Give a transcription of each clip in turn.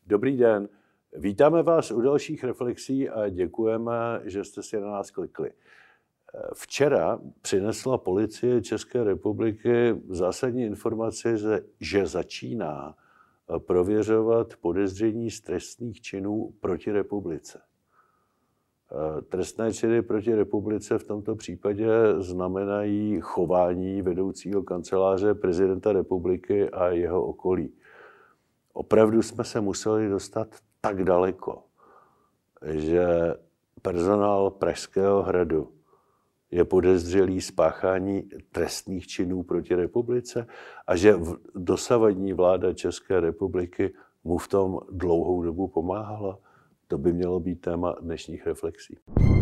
Dobrý den, vítáme vás u dalších reflexí a děkujeme, že jste si na nás klikli. Včera přinesla policie České republiky zásadní informaci, že začíná prověřovat podezření z trestných činů proti republice. Trestné činy proti republice v tomto případě znamenají chování vedoucího kanceláře prezidenta republiky a jeho okolí. Opravdu jsme se museli dostat tak daleko, že personál Pražského hradu je podezřelý z páchání trestných činů proti republice a že dosavadní vláda České republiky mu v tom dlouhou dobu pomáhala. To by mělo být téma dnešních reflexí.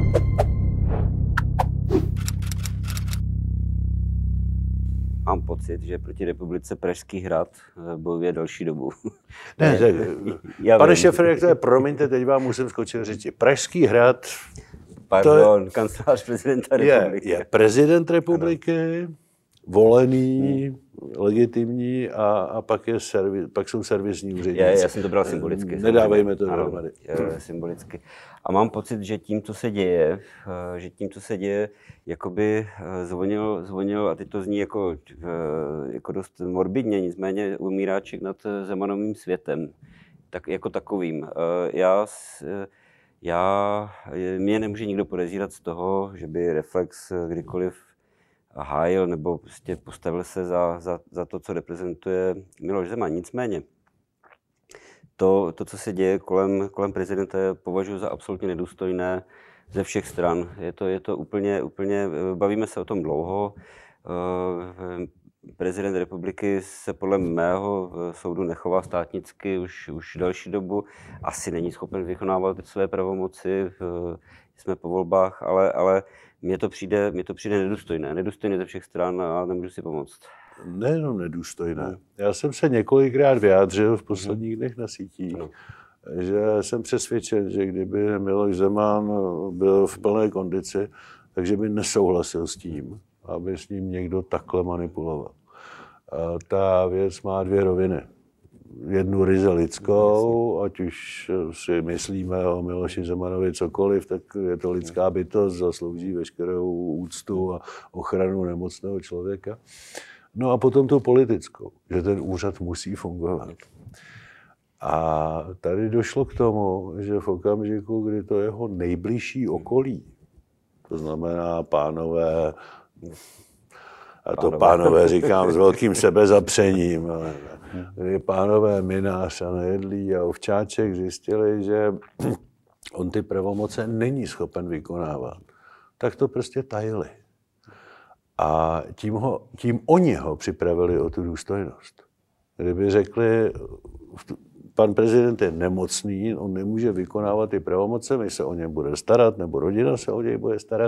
Mám pocit, že proti republice Pražský hrad bojuje další dobu. Ne, pane šéfredaktore, promiňte, teď vám musím skočit řeči. Pražský hrad... Pardon, kancelář prezidenta republiky. Je prezident republiky, volený, legitimní a pak jsou servisní úředníci. Já jsem to bral symbolicky. Nedávejme to dohromady. Symbolicky. A mám pocit, že tím, co se děje, jakoby zvonil, a teď to zní jako dost morbidně, nicméně umíráček nad Zemanovým světem, tak jako takovým. Mě nemůže nikdo podezírat z toho, že by Reflex kdykoliv hájil nebo prostě postavil se za to, co reprezentuje Miloš Zeman. Nicméně, to, co se děje kolem prezidenta, považuji za absolutně nedůstojné ze všech stran. Je to úplně, bavíme se o tom dlouho. Prezident republiky se podle mého soudu nechová státnicky už další dobu. Asi není schopen vykonávat své pravomoci, jsme po volbách, ale mně to přijde nedůstojné. Nedůstojné ze všech stran a nemůžu si pomoct. Nejenom nedůstojné. Já jsem se několikrát vyjádřil v posledních dnech na sítích, že jsem přesvědčen, že kdyby Miloš Zeman byl v plné kondici, takže by nesouhlasil s tím, aby s ním někdo takhle manipuloval. A ta věc má dvě roviny. Jednu ryze lidskou, ať už si myslíme o Miloši Zemanovi cokoliv, tak je to lidská bytost, zaslouží veškerou úctu a ochranu nemocného člověka. No a potom tu politickou, že ten úřad musí fungovat. A tady došlo k tomu, že v okamžiku, kdy to jeho nejbližší okolí, to znamená pánové, a to pánové říkám s velkým sebezapřením, kdy pánové Minář a Nejedlý a Ovčáček zjistili, že on ty pravomoce není schopen vykonávat, tak to prostě tajili. A tím oni ho připravili o tu důstojnost. Kdyby řekli, pan prezident je nemocný, on nemůže vykonávat ty pravomoce, my se o něm bude starat, nebo rodina se o něj bude starat.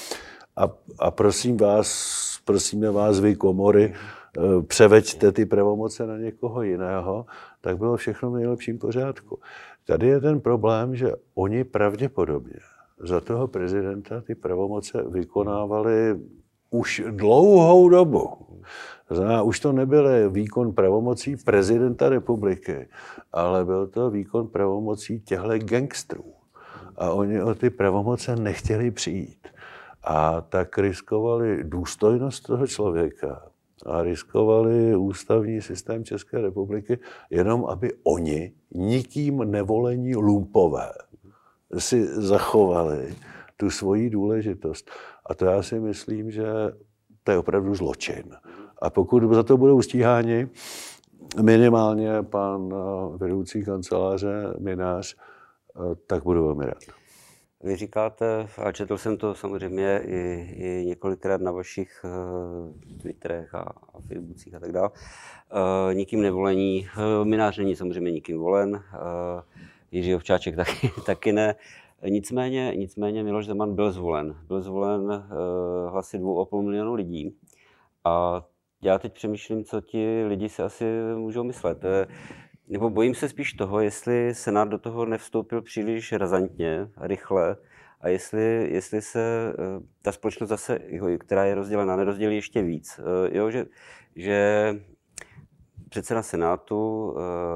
A prosíme vás, vy komory, převeďte ty pravomoce na někoho jiného, tak bylo všechno v nejlepším pořádku. Tady je ten problém, že oni pravděpodobně za toho prezidenta ty pravomoce vykonávali už dlouhou dobu. Znamená, už to nebyl výkon pravomocí prezidenta republiky, ale byl to výkon pravomocí těchto gangstrů. A oni o ty pravomoce nechtěli přijít. A tak riskovali důstojnost toho člověka a riskovali ústavní systém České republiky, jenom aby oni, nikým nevolení lumpové, si zachovali tu svoji důležitost. A to já si myslím, že to je opravdu zločin. A pokud za to budou stíháni, minimálně pan vedoucí kanceláře Minář, tak budu velmi rád. Vy říkáte, a četl jsem to samozřejmě i několikrát na vašich Twitterech a Facebookích a tak dále, nikým nevolení, Minář není samozřejmě nikým volen, Jiří Ovčáček taky ne. Nicméně Miloš Zeman byl zvolen. Byl zvolen hlasy 2,5 milionu lidí. A já teď přemýšlím, co ti lidi si asi můžou myslet. Nebo bojím se spíš toho, jestli Senát do toho nevstoupil příliš razantně a rychle a jestli se ta společnost zase, která je rozdělená, nerozdělí ještě víc. Že předseda Senátu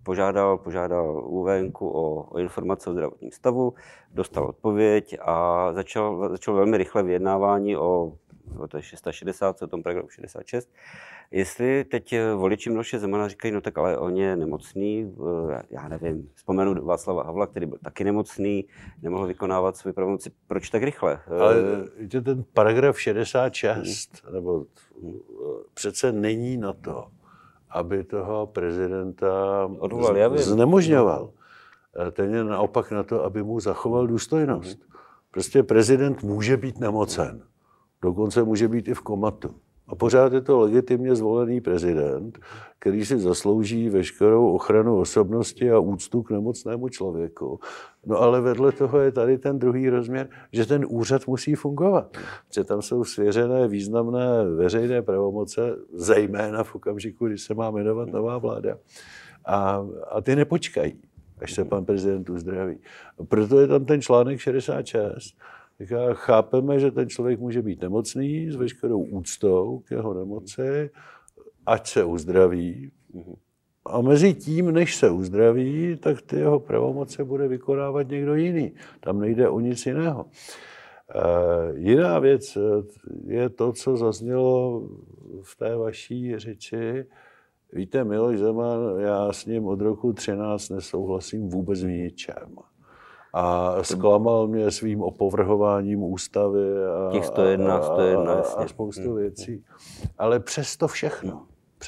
požádal ÚVNku o informace o zdravotním stavu, dostal odpověď a začal velmi rychle vyjednávání o té 660, o tom paragrafu 66. Jestli teď voliči Miloše Zemana říkají, no tak ale on je nemocný, já nevím, vzpomenu Václava Havla, který byl taky nemocný, nemohl vykonávat své pravomoci, proč tak rychle? Ale ten paragraf 66, nebo přece není na to, aby toho prezidenta znemožňoval. Ten je naopak na to, aby mu zachoval důstojnost. Prostě prezident může být nemocen. Dokonce může být i v komatu. A pořád je to legitimně zvolený prezident, který si zaslouží veškerou ochranu osobnosti a úctu k nemocnému člověku. No ale vedle toho je tady ten druhý rozměr, že ten úřad musí fungovat. Že tam jsou svěřené významné veřejné pravomoce, zejména v okamžiku, kdy se má jmenovat nová vláda. A ty nepočkají, až se pan prezident uzdraví. Proto je tam ten článek 66. Chápeme, že ten člověk může být nemocný s veškerou úctou k jeho nemoci, ať se uzdraví. A mezi tím, než se uzdraví, tak ty jeho pravomoce bude vykonávat někdo jiný. Tam nejde o nic jiného. Jiná věc je to, co zaznělo v té vaší řeči. Víte, Miloš Zeman, já s ním od roku 2013 nesouhlasím vůbec v ničem. A zklamal mě svým opovrhováním ústavy a spoustu věcí. Ale přesto všechno,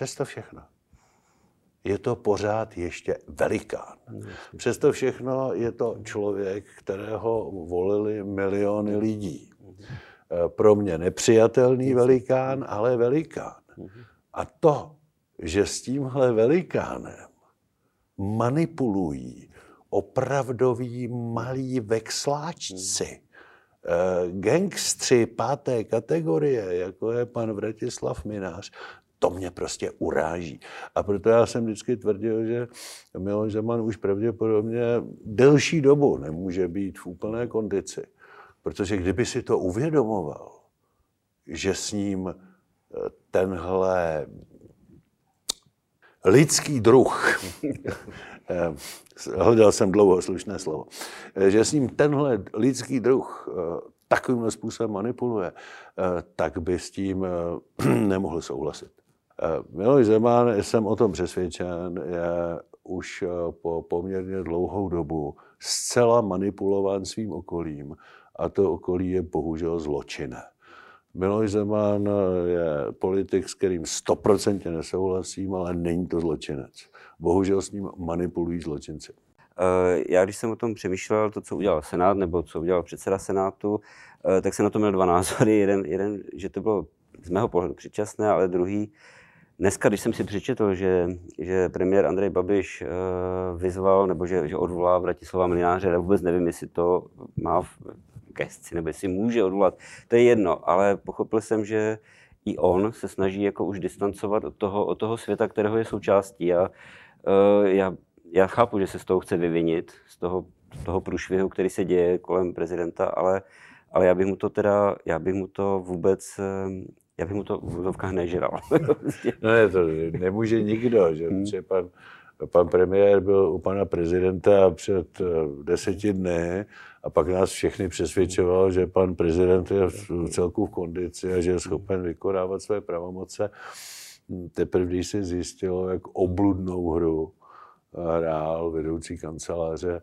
je to pořád ještě velikán. Přesto všechno je to člověk, kterého volili miliony lidí. Pro mě nepřijatelný velikán, ale velikán. A to, že s tímhle velikánem manipulují opravdoví malí veksláčci, gangstři páté kategorie, jako je pan Vratislav Mynář, to mě prostě uráží. A proto já jsem vždycky tvrdil, že Miloš Zeman už pravděpodobně delší dobu nemůže být v úplné kondici. Protože kdyby si to uvědomoval, že s ním tenhle lidský druh, hledal jsem dlouho slušné slovo, že s ním tenhle lidský druh takovýmhle způsobem manipuluje, tak by s tím nemohl souhlasit. Miloš Zeman, jsem o tom přesvědčen, je už po poměrně dlouhou dobu zcela manipulován svým okolím a to okolí je bohužel zločinné. Miloš Zeman je politik, s kterým 100% nesouhlasím, ale není to zločinec. Bohužel s ním manipulují zločinci. Já, když jsem o tom přemýšlel, to, co udělal Senát, nebo co udělal předseda Senátu, tak jsem na to měl dva názory. Jeden, že to bylo z mého pohledu předčasné, ale druhý, dneska, když jsem si přečetl, že premiér Andrej Babiš vyzval, nebo že odvolá Vratislava Mynáře, ale vůbec nevím, jestli to má v gesci, nebo jestli může odvolat, to je jedno, ale pochopil jsem, že i on se snaží jako už distancovat od toho světa, kterého je součástí. A já chápu, že se z toho chce vyvinit, z toho průšvihu, který se děje kolem prezidenta, ale já bych mu to v úzovkách nežral. No to nemůže nikdo, že pan premiér byl u pana prezidenta před 10 dny a pak nás všechny přesvědčoval, že pan prezident je v celku v kondici a že je schopen vykonávat své pravomoce. Teprve, když se zjistilo, jak obludnou hru hrál vedoucí kanceláře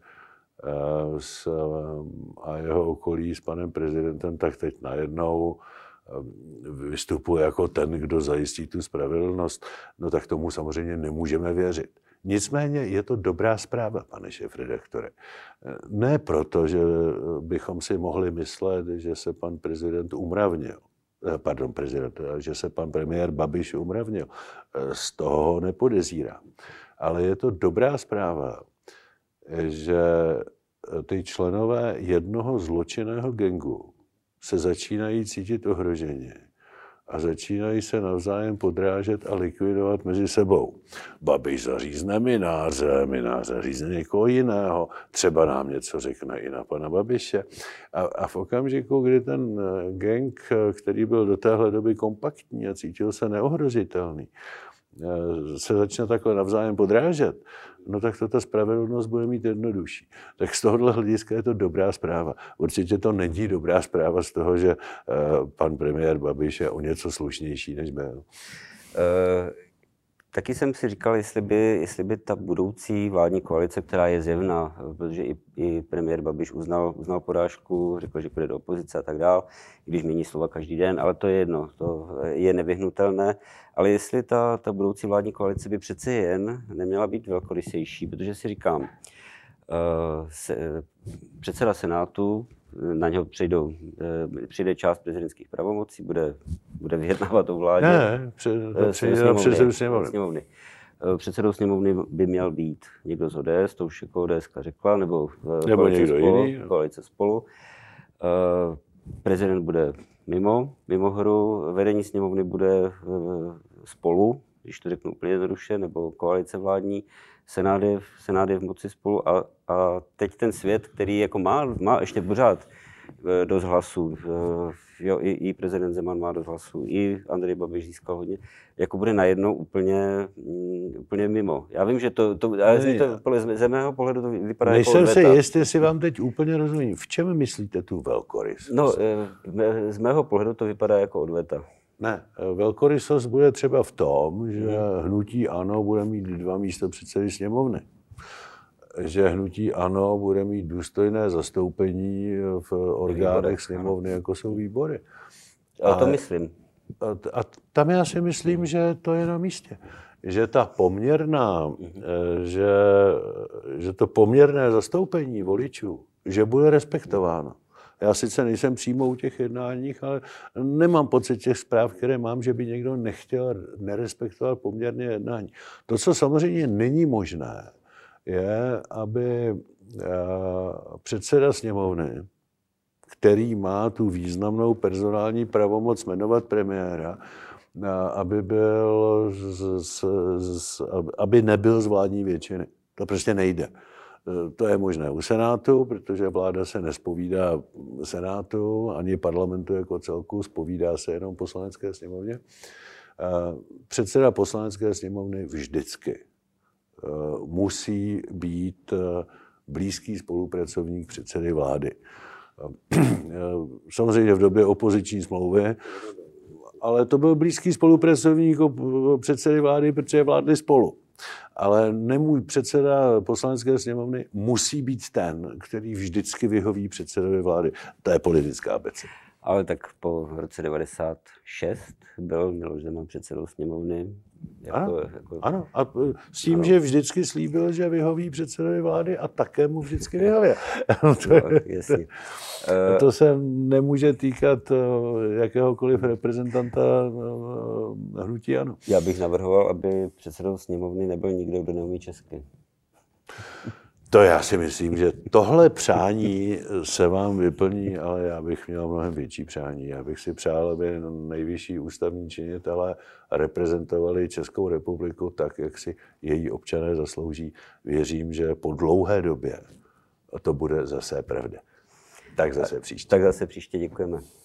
a jeho okolí s panem prezidentem, tak teď najednou vystupuje jako ten, kdo zajistí tu spravedlnost. No tak tomu samozřejmě nemůžeme věřit. Nicméně je to dobrá zpráva, pane šéfredaktore. Ne proto, že bychom si mohli myslet, že se pan prezident umravnil. Že se pan premiér Babiš umravnil. Z toho nepodezírám. Ale je to dobrá zpráva, že ty členové jednoho zločinného gangu se začínají cítit ohroženě a začínají se navzájem podrážet a likvidovat mezi sebou. Babiš zařízne Mynáře, Mynář zařízne někoho jiného, třeba nám něco řekne i na pana Babiše. A v okamžiku, kdy ten gang, který byl do téhle doby kompaktní a cítil se neohrožitelný, se začne takhle navzájem podrážet, no tak to ta spravedlnost bude mít jednodušší. Tak z tohohle hlediska je to dobrá zpráva. Určitě to není dobrá zpráva z toho, že pan premiér Babiš je o něco slušnější, než byl. Taky jsem si říkal, jestli by ta budoucí vládní koalice, která je zjevná, protože i premiér Babiš uznal porážku, řekl, že půjde do opozice a tak dál, i když mění slova každý den, ale to je jedno, to je nevyhnutelné. Ale jestli ta budoucí vládní koalice by přece jen neměla být velkorysejší, protože si říkám, předseda Senátu, na něho přijde část prezidentských pravomocí, bude vyjednávat o vládě. Ne, předsedou sněmovny. Předsedou sněmovny by měl být někdo z ODS, to už jako ODS řekla, nebo někdo jiný. Koalice Spolu. Prezident bude mimo hru, vedení sněmovny bude Spolu, když to řeknu úplně jednoduše, nebo koalice vládní, Senát je v moci Spolu a teď ten svět, který jako má ještě pořád dost hlasů, jo, i prezident Zeman má dost hlasů, i Andrej Babiš získal hodně, jako bude najednou úplně mimo. Já vím, že z mého pohledu to vypadá jako odveta. Nejsem si jist, jestli vám teď úplně rozumím. V čem myslíte tu velkorysost? No, z mého pohledu to vypadá jako odveta. Ne, velkorysost bude třeba v tom, že hnutí ANO bude mít 2 místopředsedy sněmovny. Že hnutí ANO bude mít důstojné zastoupení v orgánech sněmovny, jako jsou výbory. A to myslím. A tam já si myslím, že to je na místě. Že ta poměrná, že to poměrné zastoupení voličů, že bude respektováno. Já sice nejsem přímo u těch jednáních, ale nemám pocit těch zpráv, které mám, že by někdo nerespektoval poměrně jednání. To, co samozřejmě není možné, je, aby předseda sněmovny, který má tu významnou personální pravomoc jmenovat premiéra, aby nebyl z vládní většiny. To prostě nejde. To je možné u Senátu, protože vláda se nespovídá Senátu, ani parlamentu jako celku, zpovídá se jenom poslanecké sněmovně. Předseda poslanecké sněmovny vždycky musí být blízký spolupracovník předsedy vlády. Samozřejmě v době opoziční smlouvy, ale to byl blízký spolupracovník předsedy vlády, protože vládli Spolu. Ale nemůj předseda poslanecké sněmovny musí být ten, který vždycky vyhoví předsedovi vlády. To je politická abeceda. Ale tak po roce 96 byl Miloš Zeman předsedou sněmovny. Ano. A s tím, že vždycky slíbil, že vyhoví předsedovi vlády a také mu vždycky vyhověl. To se nemůže týkat jakéhokoliv reprezentanta hnutí ANO. Já bych navrhoval, aby předsedou sněmovny nebyl nikdo, kdo neumí česky. To já si myslím, že tohle přání se vám vyplní, ale já bych měl mnohem větší přání. Já bych si přál, aby nejvyšší ústavní činitelé reprezentovali Českou republiku tak, jak si její občané zaslouží. Věřím, že po dlouhé době to bude zase pravda. Tak zase příště. Děkujeme.